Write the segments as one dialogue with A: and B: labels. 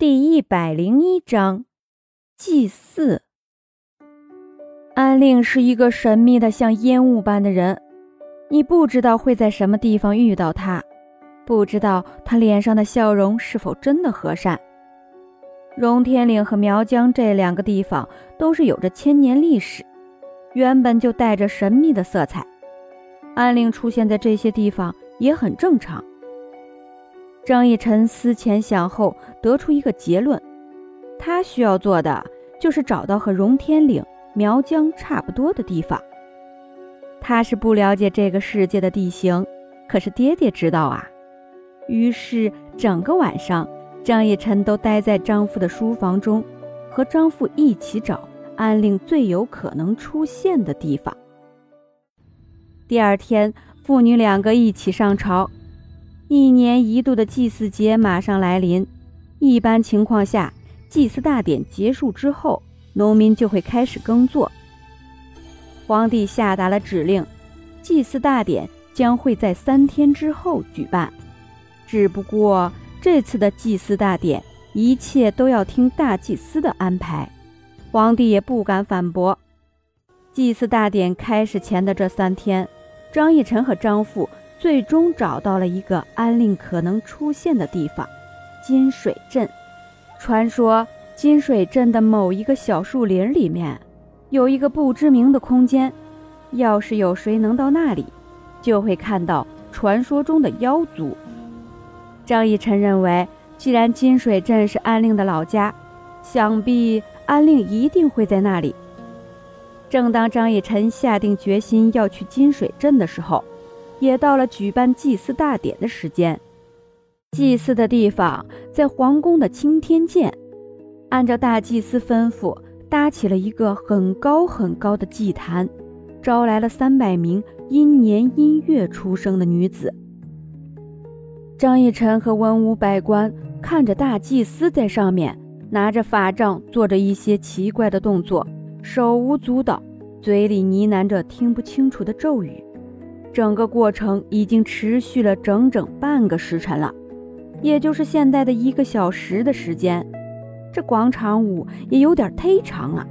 A: 第101章祭祀。安令是一个神秘的像烟雾般的人，你不知道会在什么地方遇到他，不知道他脸上的笑容是否真的和善。荣天岭和苗疆这2个地方都是有着千年历史，原本就带着神秘的色彩，安令出现在这些地方也很正常。张逸晨思前想后得出一个结论，他需要做的就是找到和荣天岭、苗疆差不多的地方。他是不了解这个世界的地形，可是爹爹知道啊。于是整个晚上，张逸晨都待在张父的书房中，和张父一起找安令最有可能出现的地方。第二天，父女2个一起上朝。1年1度的祭祀节马上来临，一般情况下，祭祀大典结束之后，农民就会开始耕作。皇帝下达了指令，祭祀大典将会在3天之后举办。只不过这次的祭祀大典，一切都要听大祭司的安排，皇帝也不敢反驳。祭祀大典开始前的这3天，张逸晨和张父最终找到了一个安令可能出现的地方——金水镇。传说金水镇的某一个小树林里面有一个不知名的空间，要是有谁能到那里，就会看到传说中的妖族。张逸晨认为，既然金水镇是安令的老家，想必安令一定会在那里。正当张逸晨下定决心要去金水镇的时候，也到了举办祭祀大典的时间。祭祀的地方在皇宫的青天涧，按照大祭司吩咐，搭起了一个很高很高的祭坛，招来了300名阴年阴月出生的女子。张逸晨和文武百官看着大祭司在上面拿着法杖，做着一些奇怪的动作，手舞足蹈，嘴里呢喃着听不清楚的咒语。整个过程已经持续了整整半个时辰了，也就是现在的1个小时的时间。这广场舞也有点忒长了。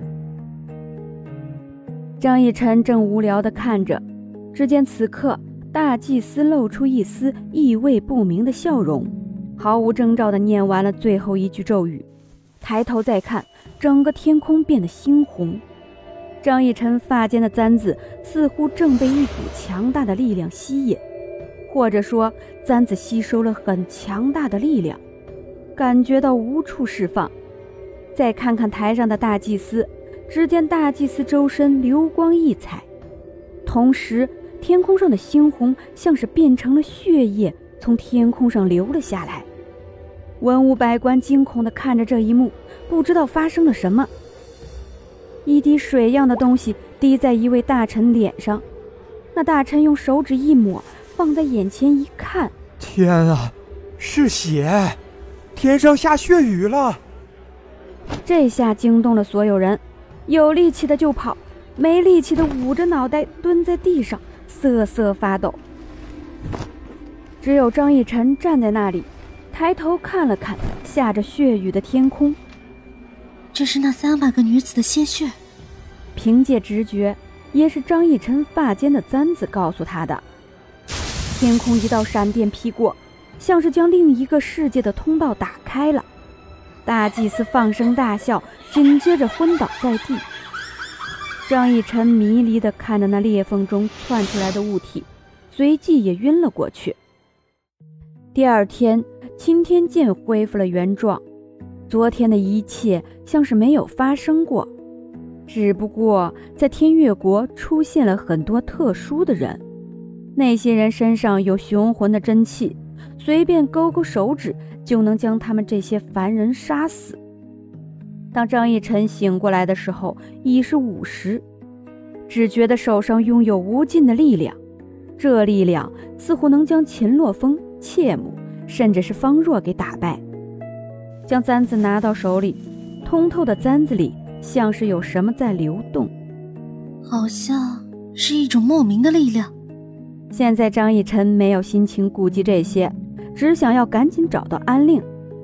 A: 张逸晨正无聊地看着，只见此刻大祭司露出一丝意味不明的笑容，毫无征兆地念完了最后一句咒语，抬头再看，整个天空变得猩红。张逸晨发间的簪子似乎正被一股强大的力量吸引，或者说簪子吸收了很强大的力量，感觉到无处释放。再看看台上的大祭司，只见大祭司周身流光溢彩，同时天空上的猩红像是变成了血液，从天空上流了下来。文武百官惊恐地看着这一幕，不知道发生了什么。一滴水样的东西滴在一位大臣脸上，那大臣用手指一抹，放在眼前一看，
B: 天啊，是血！天上下血雨了！
A: 这下惊动了所有人，有力气的就跑，没力气的捂着脑袋蹲在地上，瑟瑟发抖。只有张逸晨站在那里，抬头看了看下着血雨的天空。
C: 这是那300个女子的鲜血。
A: 凭借直觉，也是张逸晨发间的簪子告诉他的。天空一道闪电劈过，像是将另一个世界的通道打开了。大祭司放声大笑，紧接着昏倒在地。张逸晨迷离地看着那裂缝中窜出来的物体，随即也晕了过去。第二天，青天涧恢复了原状，昨天的一切像是没有发生过，只不过在天越国出现了很多特殊的人。那些人身上有雄浑的真气，随便勾勾手指就能将他们这些凡人杀死。当张逸晨醒过来的时候，已是午时，只觉得手上拥有无尽的力量，这力量似乎能将秦洛风、切姆甚至是方若给打败。将簪子拿到手里，通透的簪子里像是有什么在流动，
C: 好像是一种莫名的力量。
A: 现在张逸晨没有心情顾及这些，只想要赶紧找到安令。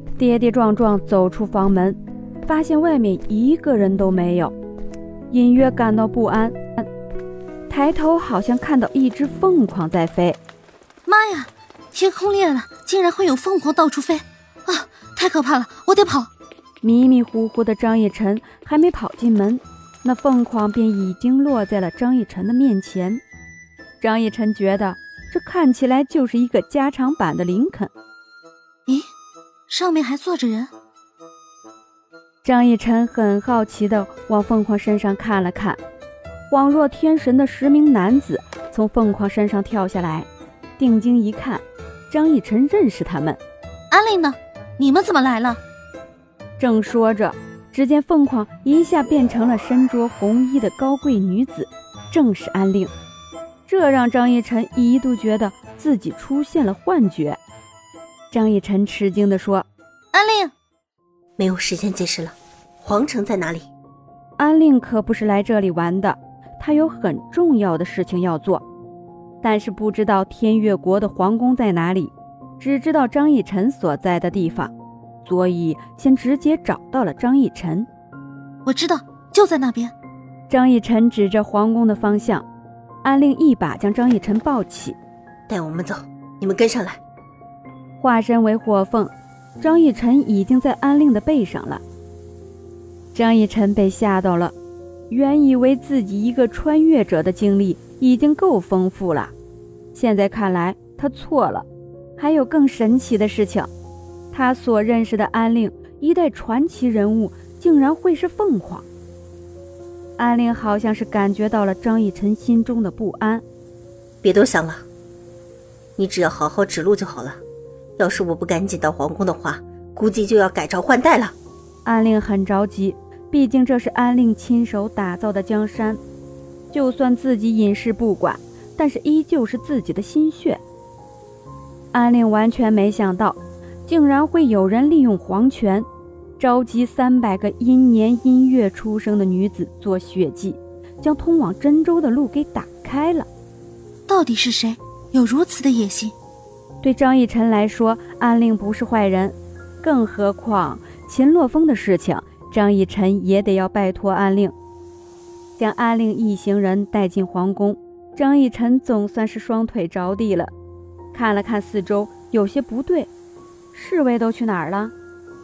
A: 跌跌撞撞走出房门，发现外面一个人都没有，隐约感到不安，抬头好像看到一只凤凰在飞。
C: 妈呀，天空裂了，竟然会有凤凰到处飞啊！太可怕了，我得跑。
A: 迷迷糊糊的张逸晨还没跑进门，那凤凰便已经落在了张逸晨的面前。张逸晨觉得这看起来就是一个加长版的林肯。
C: 咦，上面还坐着人？
A: 张逸晨很好奇地往凤凰身上看了看，恍若天神的10名男子从凤凰身上跳下来，定睛一看，张逸晨认识他们。
C: 安令呢？你们怎么来了？
A: 正说着，只见凤凰一下变成了身着红衣的高贵女子，正是安令。这让张逸晨一度觉得自己出现了幻觉。张逸晨吃惊地说：
C: 安令，
D: 没有时间解释了，皇城在哪里？
A: 安令可不是来这里玩的，他有很重要的事情要做，但是不知道天越国的皇宫在哪里，只知道张逸晨所在的地方，所以先直接找到了张逸晨。
C: 我知道，就在那边。
A: 张逸晨指着皇宫的方向，安令一把将张逸晨抱起，
D: 带我们走，你们跟上来。
A: 化身为火凤，张逸晨已经在安令的背上了。张逸晨被吓到了，原以为自己一个穿越者的经历已经够丰富了，现在看来他错了，还有更神奇的事情。他所认识的安令，一代传奇人物，竟然会是凤凰。安令好像是感觉到了张逸晨心中的不安。
D: 别多想了，你只要好好指路就好了，要是我不赶紧到皇宫的话，估计就要改朝换代了。
A: 安令很着急，毕竟这是安令亲手打造的江山，就算自己隐世不管，但是依旧是自己的心血。安令完全没想到，竟然会有人利用皇权，召集300个阴年阴月出生的女子做血祭，将通往真州的路给打开了。
C: 到底是谁有如此的野心？
A: 对张逸晨来说，安令不是坏人，更何况秦洛风的事情，张逸晨也得要拜托安令。将安令一行人带进皇宫，张逸晨总算是双腿着地了，看了看四周，有些不对，侍卫都去哪儿了？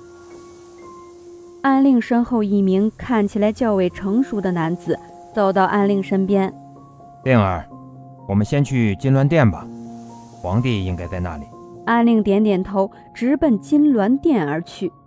A: 安令身后一名看起来较为成熟的男子走到安令身边。
E: 令儿，我们先去金銮殿吧，皇帝应该在那里。
A: 安令点点头，直奔金銮殿而去。